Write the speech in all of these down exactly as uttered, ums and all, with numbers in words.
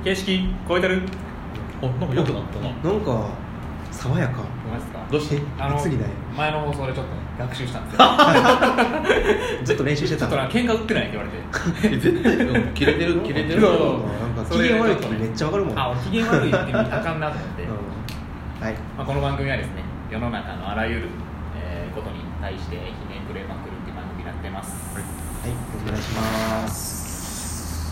形式超えてる。お、なんか良くなったな。 なんか爽やか。 マジですか。 どうしてあのいつにない前の放送でちょっと学習したんですよ。 ずっと練習してたちょっとな喧嘩売ってないって言われて。 絶対、うん、切れてる切れてる。 そうなんか機嫌悪い時めっちゃわかるもん。 あ、俺機嫌悪いって見たらあかんなと思って、 うん、はい、 まあ、この番組はですね、世の中のあらゆる、えー、ことに対してひねくれまくるっていう番組になってます。 はい、お願いします。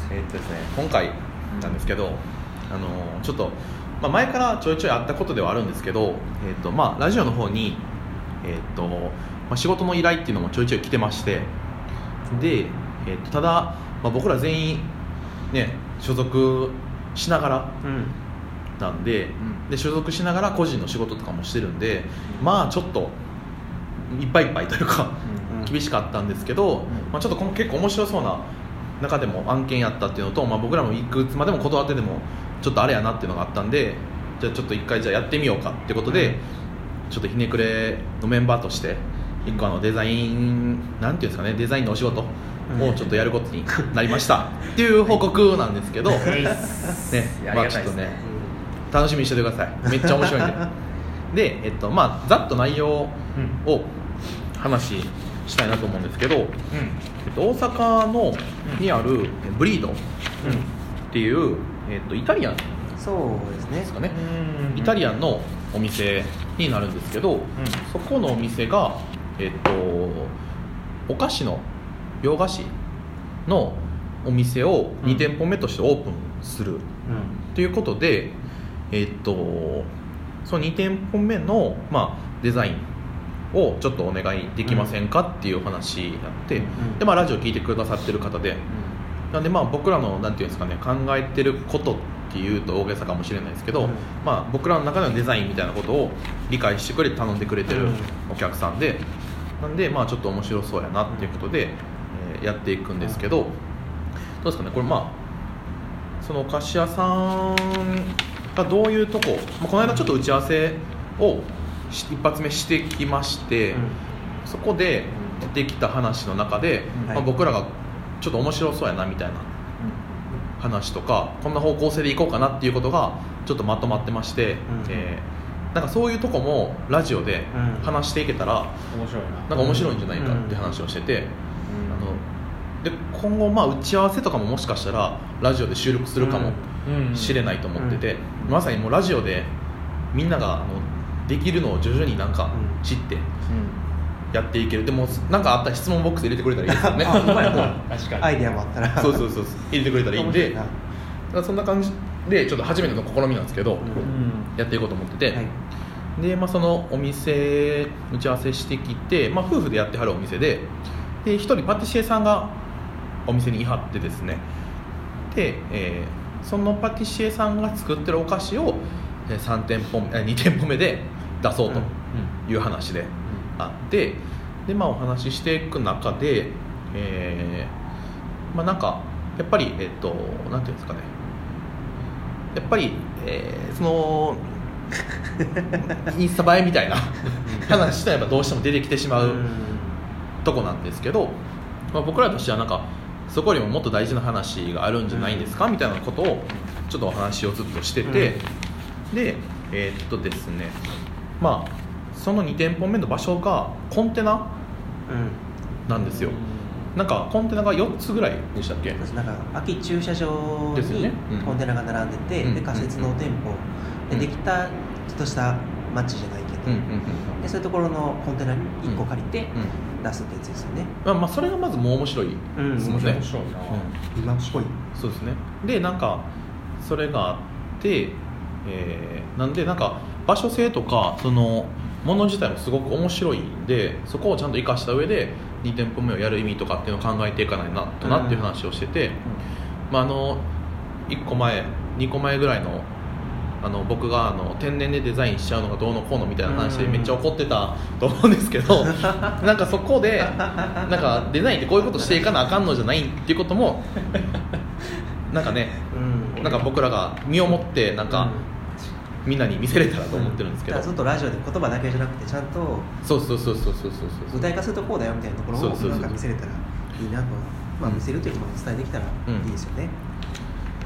えーっとですね、今回なんですけど、あのー、ちょっと、まあ、前からちょいちょいあったことではあるんですけど、えーっとまあ、ラジオの方に、えーっとまあ、仕事の依頼っていうのもちょいちょい来てまして、で、えーっとただ、まあ、僕ら全員、ね、所属しながらなんで、うん、で所属しながら個人の仕事とかもしてるんで、まあちょっといっぱいいっぱいというか、うん、厳しかったんですけど、うんまあ、ちょっとこの結構面白そうな中でも案件やったっていうのと、まあ、僕らもいくつまでも断ってでもちょっとあれやなっていうのがあったんで、じゃあちょっと一回じゃあやってみようかってことで、うん、ちょっとひねくれのメンバーとして一個あのデザインなんていうんですかね、デザインのお仕事をちょっとやることになりましたっていう報告なんですけど、ね、まあちょっとね楽しみにしててください。めっちゃ面白いんで。で、えっとまあざっと内容を話したいなと思うんですけど、うんえっと、大阪のにあるブリードっていう、えっと、イタリアンそうですね。 ですかね。イタリアンのお店になるんですけど、うん、そこのお店がえっとお菓子の洋菓子のお店をに店舗目としてオープンするということで、えー、っとそのに店舗目の、まあ、デザインをちょっとお願いできませんかっていう話になって、で、まあ、ラジオ聞いてくださってる方で、なんでまあ僕らのなんていうんですかね、考えてることっていうと大げさかもしれないですけど、まあ、僕らの中でのデザインみたいなことを理解してくれて頼んでくれてるお客さんで、なんでまあちょっと面白そうやなっていうことでやっていくんですけど、どうですかね、これまあそのお菓子屋さんがどういうとこ、まあ、この間ちょっと打ち合わせを一発目してきまして、うん、そこで出てきた話の中で、うんまあ、僕らがちょっと面白そうやなみたいな話とか、こんな方向性でいこうかなっていうことがちょっとまとまってまして、うんえー、なんかそういうとこもラジオで話していけたら、うん、面白いな、なんか面白いんじゃないかって話をしてて、うんで今後まあ打ち合わせとかももしかしたらラジオで収録するかもしれないと思ってて、うんうんうん、まさにもうラジオでみんながあのできるのを徐々になんか知ってやっていける。でもなんかあったら質問ボックス入れてくれたらいいですよね。 確かにアイデアもあったらそうそうそう入れてくれたらいいんで、だからそんな感じでちょっと初めての試みなんですけど、うん、やっていこうと思ってて、はいでまあ、そのお店打ち合わせしてきて、まあ、夫婦でやってはるお店でで一人パティシエさんがお店にいはってですね、で、えー、そのパティシエさんが作ってるお菓子をさん店舗目に店舗目で出そうという話であって、で、まあ、お話ししていく中で、えーまあ、なんかやっぱりえっとなんていうんですかね、やっぱり、えー、そのインスタ映えみたいな話したらやっぱどうしても出てきてしまうとこなんですけど、まあ、僕らとしてはなんかそこよりももっと大事な話があるんじゃないんですかみたいなことをちょっとお話をずっとしてて、うん、でえー、っとですねまあそのに店舗目の場所がコンテナなんですよ、うん、なんかコンテナがよっつぐらいでしたっけ。 なんか空き駐車場にコンテナが並んでて、ねうん、で仮設の店舗、うん、でできたちょっとした街じゃないけど、うんうんうん、でそういうところのコンテナにいっこ借りて、うんうん出すってやつですよね。 まあ、まあそれがまずもう面白いですもんね、うん、面白いな、 うん、今っぽい。 そうですね。でなんかそれがあって、えー、なんでなんか場所性とかそのもの自体もすごく面白いんで、そこをちゃんと生かした上でに店舗目をやる意味とかっていうのを考えていかないなとなっていう話をしてて、うんまあ、あのいっこまえにこまえぐらいのあの僕があの天然でデザインしちゃうのがどうのこうのみたいな話でめっちゃ怒ってたと思うんですけど、なんかそこでなんかデザインってこういうことしていかなあかんのじゃないっていうこともなんかね、なんか僕らが身をもってなんかみんなに見せれたらと思ってるんですけど、 ずっとラジオで言葉だけじゃなくてちゃんとそうそうそうそうそうそう具体化するとこうだよみたいなところをなんか見せれたらいいなと、まあ見せるというか伝えできたらいいですよね。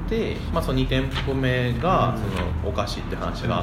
で、まあ、そのに店舗目がそのお菓子って話があって、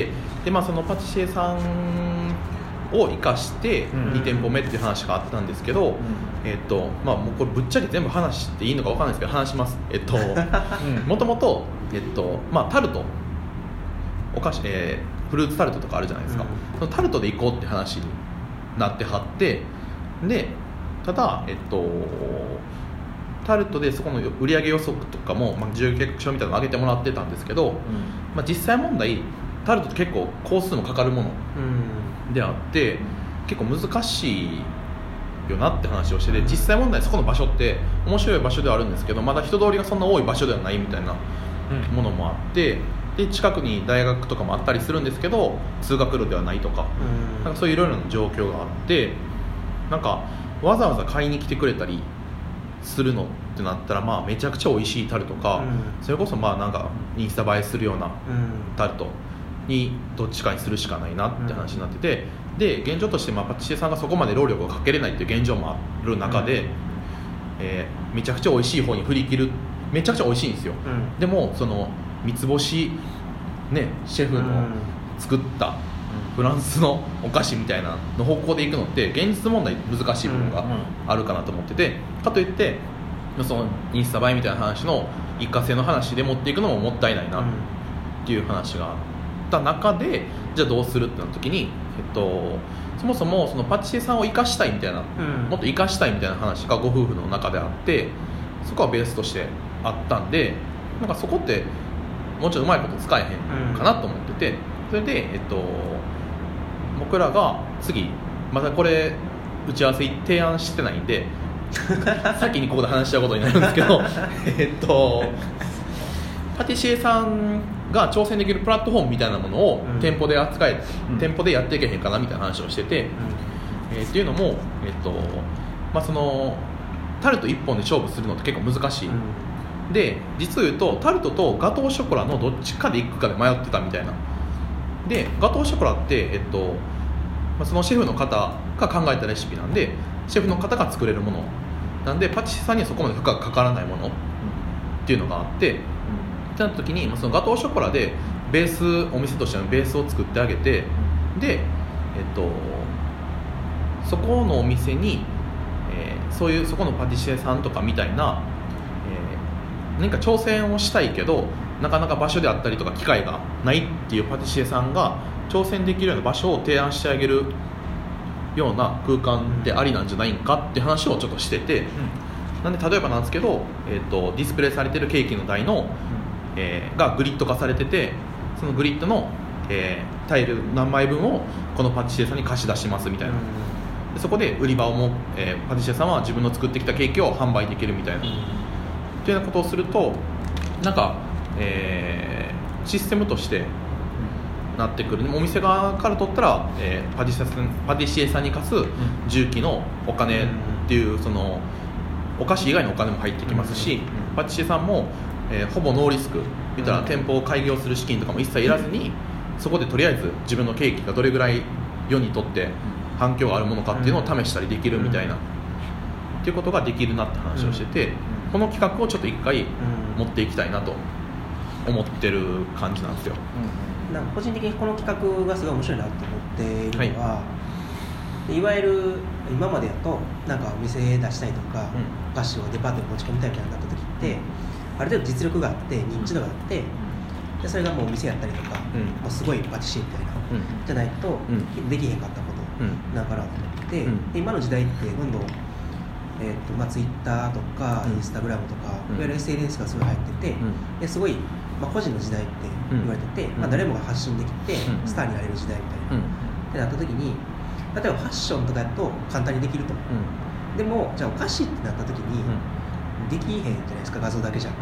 で、まあ、そのパティシエさんを生かしてに店舗目っていう話があったんですけど、えっとまあ、もうこれぶっちゃけ全部話していいのか分かんないですけど話します。えっともともと、えっとまあ、タルトお菓子、えー、フルーツタルトとかあるじゃないですか、うん、そのタルトで行こうって話になってはって、でただ、えっと、タルトでそこの売上予測とかも、まあ、需要計画書みたいなのを上げてもらってたんですけど、うんまあ、実際問題タルトって結構工数のかかるものであって、うん、結構難しいよなって話をしてて、実際問題そこの場所って面白い場所ではあるんですけど、まだ人通りがそんな多い場所ではないみたいなものもあって、で近くに大学とかもあったりするんですけど通学路ではないとか、うん、なんかそういういろいろな状況があって、なんかわざわざ買いに来てくれたりするのってなったら、まあめちゃくちゃ美味しいタルトか、うん、それこそまあなんかインスタ映えするようなタルトにどっちかにするしかないなって話になってて、で現状としてまあパティシエさんがそこまで労力をかけれないっていう現状もある中で、うん、えー、めちゃくちゃ美味しい方に振り切る。めちゃくちゃ美味しいんですよ、うん、でもその三つ星、ね、シェフの作ったフランスのお菓子みたいなの方向でいくのって現実問題難しい部分があるかなと思ってて、かといってそのインスタ映えみたいな話の一過性の話で持っていくのももったいないなっていう話があった中で、じゃあどうするってなった時に、えっと、そもそもそのパティシエさんを生かしたいみたいな、うん、もっと生かしたいみたいな話がご夫婦の中であって、そこはベースとしてあったんで、なんかそこってもうちょっとうまいこと使えへんかなと思ってて、それで、えっと、僕らが次またこれ打ち合わせ提案してないんで先にここで話しちゃうことになるんですけどえっとパティシエさんが挑戦できるプラットフォームみたいなものを店舗で扱え、うん、店舗でやっていけへんかなみたいな話をしてて、うんえー、っていうのも、えっとまあ、そのタルトいっぽんで勝負するのって結構難しい、うん、で実を言うとタルトとガトーショコラのどっちかで行くかで迷ってたみたいな。でガトーショコラって、えっとまあ、そのシェフの方が考えたレシピなんでシェフの方が作れるものなんでパティシエさんにはそこまで負荷がかからないものっていうのがあって、うん、ってなった時に、まあ、そのガトーショコラでベースお店としてのベースを作ってあげて、で、えっと、そこのお店にえー、そういうそこのパティシエさんとかみたいな、えー、何か挑戦をしたいけどなかなか場所であったりとか機会がないっていうパティシエさんが挑戦できるような場所を提案してあげるような空間ってありなんじゃないんかって話をちょっとしてて、うん、なんで例えばなんですけど、えーと、ディスプレイされてるケーキの台の、うんえー、がグリッド化されてて、そのグリッドの、えー、タイル何枚分をこのパティシエさんに貸し出しますみたいな、うんでそこで売り場をも、えー、パティシエさんは自分の作ってきたケーキを販売できるみたいな、うん、っていうようなことをするとなんか、えー、システムとしてなってくる。お店側から取ったら、えー、パティシエさん、パティシエさんに貸す重機のお金っていう、そのお菓子以外のお金も入ってきますし、うん、パティシエさんも、えー、ほぼノーリスク言ったら、うん、店舗を開業する資金とかも一切いらずに、うん、そこでとりあえず自分のケーキがどれぐらい世にとって反響があるものかっていうのを試したりできるみたいな、うん、っていうことができるなって話をしてて、うん、この企画をちょっと一回持っていきたいなと思ってる感じなんですよ、 うん、なんか個人的にこの企画がすごい面白いなと思っているのは、はい、いわゆる今までだとなんかお店出したりとか、うん、お菓子をデパートに持ち込みたいみたいになった時って、ある程度実力があって認知度があって、うん、でそれがもうお店やったりとか、うん、もうすごいパティシエみたいな、うん、じゃないとできへんかったことだからと思って、うん、で今の時代ってどんどん、えーとまあ、ツイッターとかインスタグラムとか、うん、いわゆる エスエヌエス がすごい入ってて、うん、ですごい、まあ、個人の時代って言われてて、うんまあ、誰もが発信できて、うん、スターになれる時代みたいな、うん、ってなった時に例えばファッションとかだと簡単にできると、うん、でもじゃあお菓子ってなった時に、うん、できへんじゃないですか、画像だけじゃ、うん、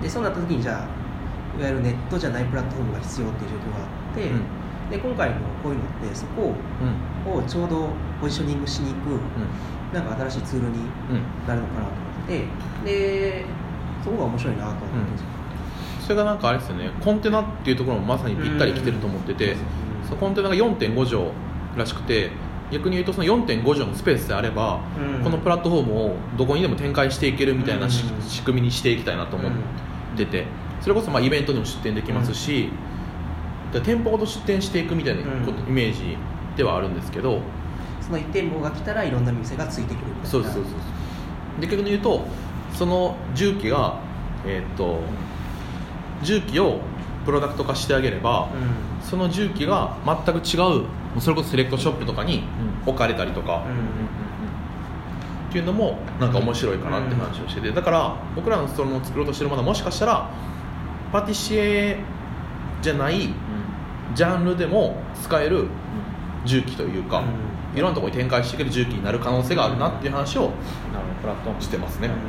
でそうなった時にじゃあいわゆるネットじゃないプラットフォームが必要っていう状況があって、うんで今回のこういうのってそこをちょうどポジショニングしに行く、うん、なんか新しいツールになるのかなと思ってでそこが面白いなと思って、 うん、それがなんかあれですよね、コンテナっていうところもまさにぴったり来てると思ってて、うん、そのコンテナが よんてんご 畳らしくて、逆に言うとその よんてんご 畳のスペースであれば、うん、このプラットフォームをどこにでも展開していけるみたいな、うん、仕組みにしていきたいなと思っ出て、それこそまあイベントにも出店できますし、うん、店舗ごと出店していくみたいなこと、うん、イメージではあるんですけど、 そのいち店舗が来たらいろんな店がついてくるみたいな。 そうそうそうそう。で逆に言うとその重機が、えー、っと重機をプロダクト化してあげれば、うん、その重機が全く違う、それこそセレクトショップとかに置かれたりとか、うんうんうんうん、っていうのもなんか面白いかなって話をしてて、だから僕らのその作ろうとしてるものはもしかしたらパティシエじゃないジャンルでも使える重機というか、うん、いろんなところに展開していける重機になる可能性があるなっていう話をしてますね、うん、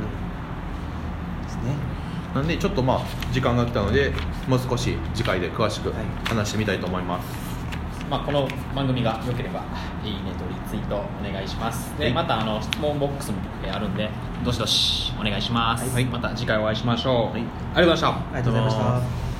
ですね。なんでちょっとまあ時間が来たのでもう少し次回で詳しく話してみたいと思います、 はい。まあ、この番組が良ければいいねとリツイートお願いします。で、はい、またあの質問ボックスもあるんでどしどしお願いします、はい、また次回お会いしましょう、はい、ありがとうございました。 ありがとうございました。